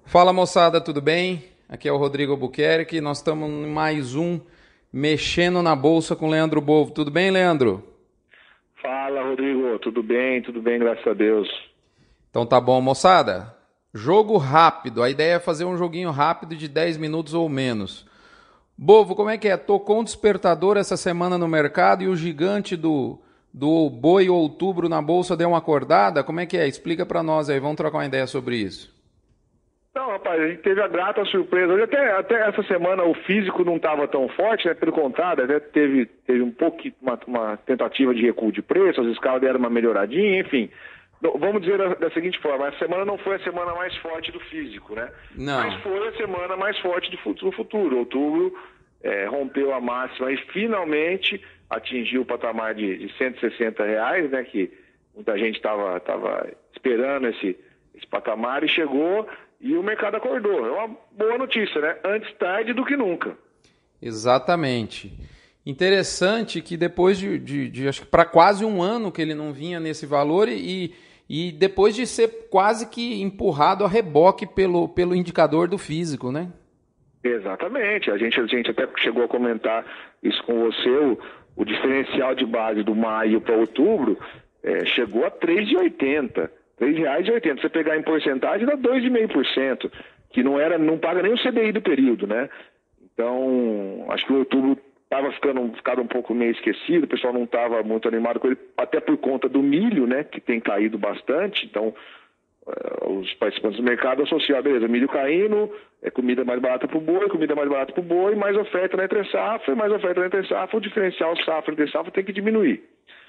Fala moçada, tudo bem? Aqui é o Rodrigo Albuquerque, nós estamos em mais um Mexendo na Bolsa com o Leandro Bovo. Tudo bem, Leandro? Fala, Rodrigo. Tudo bem, graças a Deus. Então tá bom, moçada. Jogo rápido, a ideia é fazer um joguinho rápido de 10 minutos ou menos. Bovo, como é que é? Tocou um despertador essa semana no mercado e o gigante do boi outubro na Bolsa deu uma acordada? Como é que é? Explica pra nós aí, vamos trocar uma ideia sobre isso. Não, rapaz, a gente teve a grata surpresa. Hoje até essa semana o físico não estava tão forte, né? Pelo contrário, até teve um pouco uma tentativa de recuo de preço, as escalas deram uma melhoradinha, enfim. Vamos dizer da seguinte forma, a semana não foi a semana mais forte do físico, né? Não. Mas foi a semana mais forte do futuro. Outubro rompeu a máxima e finalmente atingiu o patamar de R$ 160, né? Que muita gente estava esperando esse patamar e chegou. E o mercado acordou. É uma boa notícia, né? Antes tarde do que nunca. Exatamente. Interessante que depois de acho que para quase um ano que ele não vinha nesse valor e depois de ser quase que empurrado a reboque pelo indicador do físico, né? Exatamente. A gente até chegou a comentar isso com você. O diferencial de base do maio para outubro chegou a 3,80. R$3,80. Você pegar em porcentagem dá 2,5%, que não paga nem o CDI do período, né? Então, acho que o outubro estava ficado um pouco meio esquecido, o pessoal não estava muito animado com ele, até por conta do milho, né? Que tem caído bastante. Então, os participantes do mercado associam, beleza, milho caindo, comida mais barata para o boi, mais oferta na entre-safra, o diferencial safra entre safra tem que diminuir,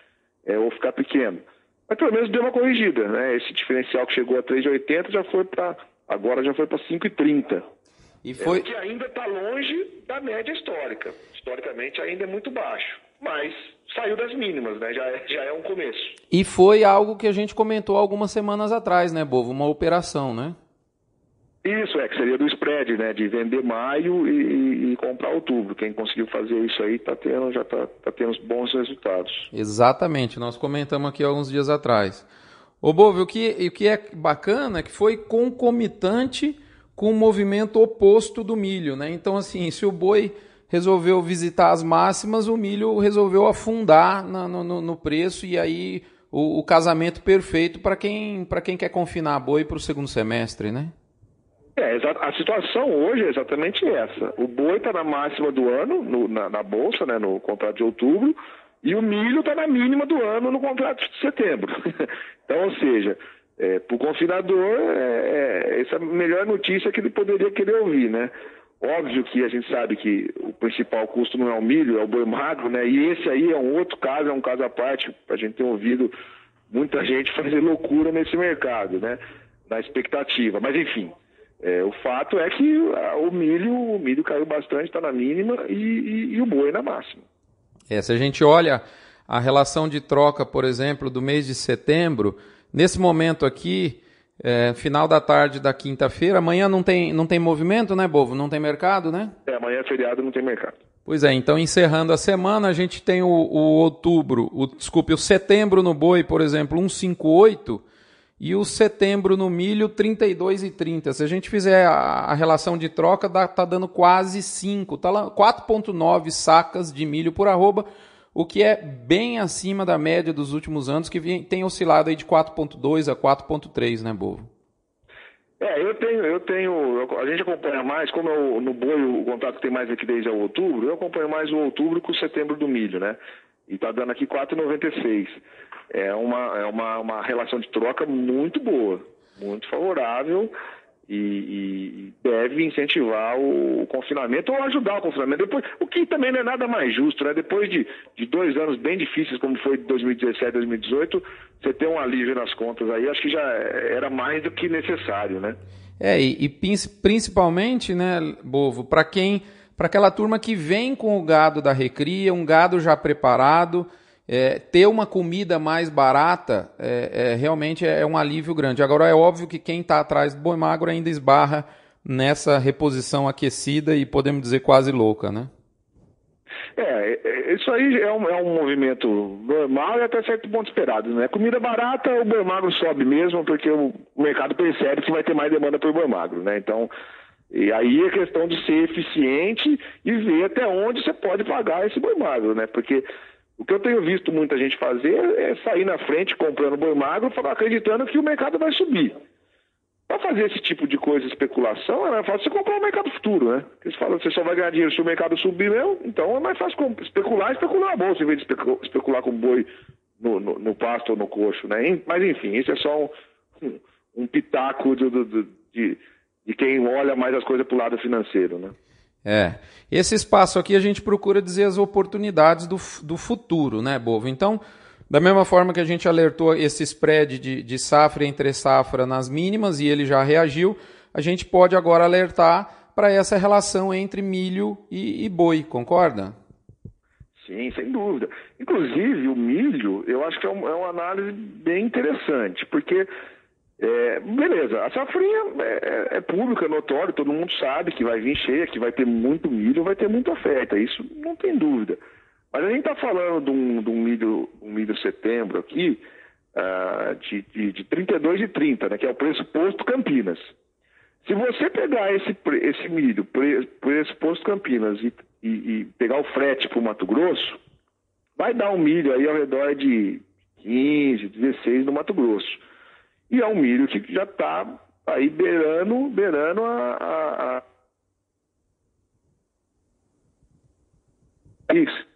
ou ficar pequeno. Mas pelo menos deu uma corrigida, né? Esse diferencial que chegou a 3,80 agora já foi para 5,30. E foi... O que ainda está longe da média histórica. Historicamente ainda é muito baixo, mas saiu das mínimas, né? Já é um começo. E foi algo que a gente comentou algumas semanas atrás, né, Bovo? Uma operação, né? Isso, que seria do spread, né? De vender maio e comprar outubro. Quem conseguiu fazer isso aí já está tendo bons resultados. Exatamente, nós comentamos aqui alguns dias atrás. Ô Bovo, o que é bacana é que foi concomitante com o movimento oposto do milho, né? Então, assim, se o boi resolveu visitar as máximas, o milho resolveu afundar no preço e aí o casamento perfeito para quem quer confinar boi para o segundo semestre, né? A situação hoje é exatamente essa. O boi está na máxima do ano na Bolsa, né, no contrato de outubro, e o milho está na mínima do ano no contrato de setembro. Então, ou seja, para o confinador, essa é a melhor notícia que ele poderia querer ouvir, né? Óbvio que a gente sabe que o principal custo não é o milho, é o boi magro, né? E esse aí é um outro caso, é um caso à parte. A gente tem ouvido muita gente fazer loucura nesse mercado, né? Na expectativa. Mas, enfim... o fato é que o milho caiu bastante, está na mínima, e o boi na máxima. Se a gente olha a relação de troca, por exemplo, do mês de setembro, nesse momento aqui, final da tarde da quinta-feira, amanhã não tem movimento, né, Bovo? Não tem mercado, né? Amanhã é feriado, não tem mercado. Pois é, então encerrando a semana, a gente tem o setembro no boi, por exemplo, 1,58, e o setembro no milho, 32,30. Se a gente fizer a relação de troca, tá dando quase 5. Tá lá 4,9 sacas de milho por arroba, o que é bem acima da média dos últimos anos, que tem oscilado aí de 4,2 a 4,3, né, Bovo? A gente acompanha mais, como no boi o contrato tem mais liquidez é o outubro, eu acompanho mais o outubro que o setembro do milho, né? E está dando aqui 4,96. É uma relação de troca muito boa, muito favorável e deve incentivar o confinamento ou ajudar o confinamento. O que também não é nada mais justo, né? Depois de 2 anos bem difíceis, como foi de 2017 2018, você ter um alívio nas contas aí, acho que já era mais do que necessário, né? E principalmente, né, Bovo, para aquela turma que vem com o gado da recria, um gado já preparado, ter uma comida mais barata realmente é um alívio grande. Agora, é óbvio que quem está atrás do boi magro ainda esbarra nessa reposição aquecida e podemos dizer quase louca, né? Isso aí é um movimento normal e até certo ponto esperado, né? Comida barata, o boi magro sobe mesmo, porque o mercado percebe que vai ter mais demanda por boi magro, né? Então, e aí é questão de ser eficiente e ver até onde você pode pagar esse boi magro, né? Porque o que eu tenho visto muita gente fazer é sair na frente comprando boi magro, acreditando que o mercado vai subir. Para fazer esse tipo de coisa, especulação, é mais fácil você comprar o mercado futuro, né? Porque você fala que você só vai ganhar dinheiro se o mercado subir mesmo, então é mais fácil especular na bolsa, em vez de especular com boi no pasto ou no coxo, né? Mas enfim, isso é só um pitaco de quem olha mais as coisas para o lado financeiro, né? Esse espaço aqui a gente procura dizer as oportunidades do futuro, né, Bovo? Então, da mesma forma que a gente alertou esse spread de safra e entre safra nas mínimas e ele já reagiu, a gente pode agora alertar para essa relação entre milho e boi, concorda? Sim, sem dúvida. Inclusive, o milho, eu acho que é uma análise bem interessante, porque, beleza, a safrinha é pública, é notório, todo mundo sabe que vai vir cheia, que vai ter muito milho, vai ter muita oferta, isso não tem dúvida. Mas a gente está falando de um milho setembro aqui, de 32,30, né, que é o preço posto Campinas. Se você pegar esse milho, preço posto Campinas, e pegar o frete para o Mato Grosso, vai dar um milho aí ao redor de 15, 16 no Mato Grosso. E é um milho que já está aí beirando isso.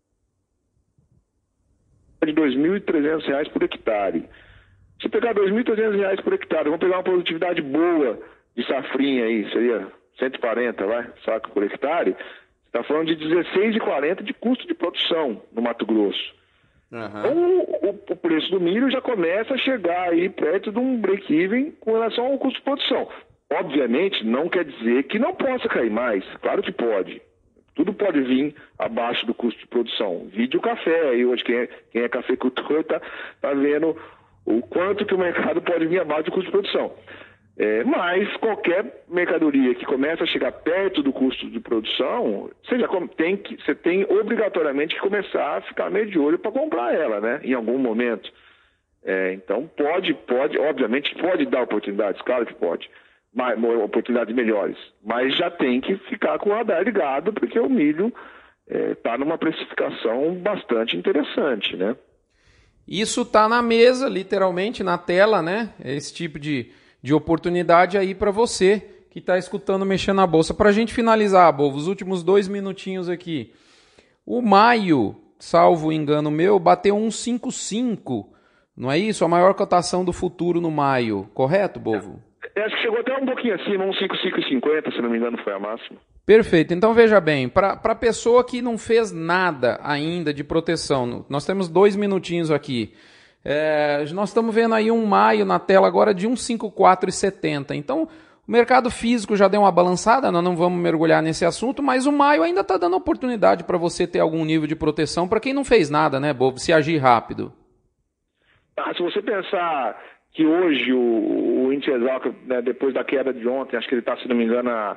De R$ 2.300 por hectare. Se pegar R$ 2.300 por hectare, vamos pegar uma produtividade boa de safrinha aí, seria 140, saco por hectare, você está falando de 16,40 de custo de produção no Mato Grosso. Então, o preço do milho já começa a chegar aí perto de um break-even com relação ao custo de produção. Obviamente, não quer dizer que não possa cair mais, claro que pode. Tudo pode vir abaixo do custo de produção. Vide o café, aí hoje quem é cafeicultor está vendo o quanto que o mercado pode vir abaixo do custo de produção. Mas qualquer mercadoria que começa a chegar perto do custo de produção, você tem obrigatoriamente que começar a ficar meio de olho para comprar ela, né? Em algum momento. Então obviamente pode dar oportunidades, claro que pode. Oportunidades melhores, mas já tem que ficar com o radar ligado, porque o milho está numa precificação bastante interessante, né? Isso está na mesa, literalmente, na tela, né? Esse tipo de oportunidade aí para você que está escutando Mexendo na Bolsa. Para a gente finalizar, Bovo, os últimos 2 minutinhos aqui. O maio, salvo engano meu, bateu 1,55, não é isso? A maior cotação do futuro no maio, correto, Bovo? Acho que chegou até um pouquinho acima, 1,5550, se não me engano, foi a máxima. Perfeito. Então, veja bem, para a pessoa que não fez nada ainda de proteção, nós temos 2 minutinhos aqui. Nós estamos vendo aí um maio na tela agora de 1,5470. Então, o mercado físico já deu uma balançada, nós não vamos mergulhar nesse assunto, mas o maio ainda está dando oportunidade para você ter algum nível de proteção para quem não fez nada, né, Bobo? Se agir rápido. Se você pensar que hoje o índice Exalc, né, depois da queda de ontem, acho que ele está, se não me engano, a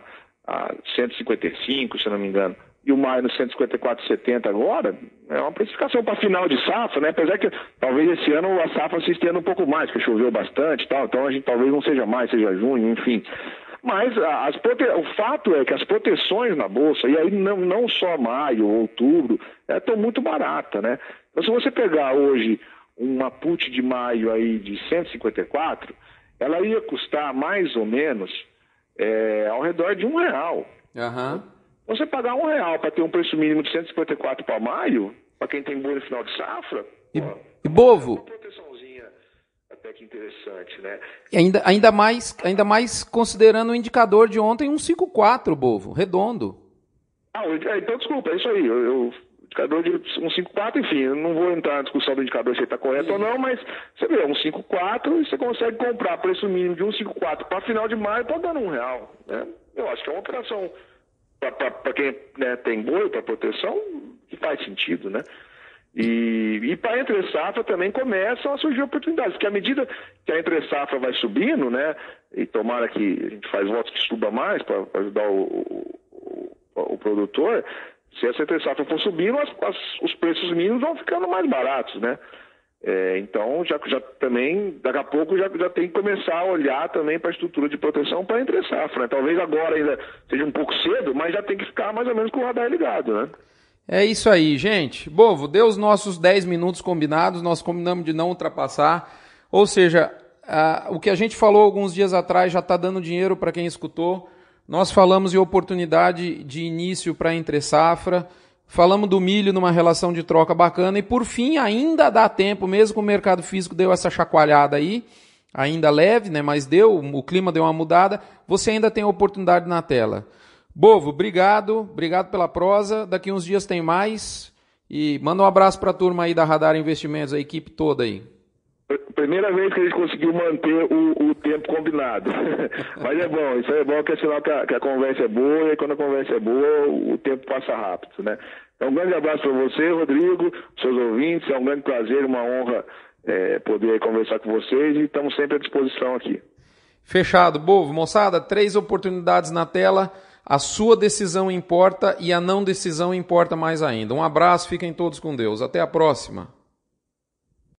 155, se não me engano, e o maio no 154,70 agora, é uma precificação para final de safra, né? Apesar que talvez esse ano a safra se estenda um pouco mais, porque choveu bastante e tal, então a gente talvez não seja mais, seja junho, enfim. Mas o fato é que as proteções na Bolsa, e aí não só maio, outubro, estão muito baratas, né? Então se você pegar hoje uma put de maio aí de 154, ela ia custar mais ou menos ao redor de R$1. Você pagar R$1 para ter um preço mínimo de 154 para maio, para quem tem boi no final de safra, e Bovo, uma proteçãozinha até que interessante, né? E ainda mais considerando o indicador de ontem 1,54, Bovo, redondo. Então desculpa, é isso aí, indicador de 1,54, enfim, eu não vou entrar na discussão do indicador se ele está correto ou não, mas você vê, 1,54 e você consegue comprar preço mínimo de 1,54 para final de maio, está dando R$1, né? Eu acho que é uma operação para quem, né, tem boi, para proteção, que faz sentido, né? E para a entre-safra também começam a surgir oportunidades, porque à medida que a entre-safra vai subindo, né, e tomara que a gente faz votos que suba mais para ajudar o produtor, Se essa entre-safra for subindo, os preços mínimos vão ficando mais baratos, né? Então, já também, daqui a pouco, já tem que começar a olhar também para a estrutura de proteção para entre-safra, né? Talvez agora ainda seja um pouco cedo, mas já tem que ficar mais ou menos com o radar ligado, né? É isso aí, gente. Bovo, deu os nossos 10 minutos combinados, nós combinamos de não ultrapassar. Ou seja, o que a gente falou alguns dias atrás já está dando dinheiro para quem escutou. Nós falamos em oportunidade de início para entre-safra. Falamos do milho numa relação de troca bacana. E por fim, ainda dá tempo, mesmo com o mercado físico deu essa chacoalhada aí, ainda leve, né? Mas o clima deu uma mudada. Você ainda tem a oportunidade na tela. Bovo, obrigado pela prosa. Daqui uns dias tem mais. E manda um abraço para a turma aí da Radar Investimentos, a equipe toda aí. Primeira vez que a gente conseguiu manter o tempo combinado. Mas é bom, isso é bom, que é sinal que a conversa é boa, e quando a conversa é boa, o tempo passa rápido, né? Então, um grande abraço para você, Rodrigo, seus ouvintes, é um grande prazer, uma honra poder conversar com vocês, e estamos sempre à disposição aqui. Fechado, Bovo. Moçada, 3 oportunidades na tela, a sua decisão importa e a não decisão importa mais ainda. Um abraço, fiquem todos com Deus. Até a próxima.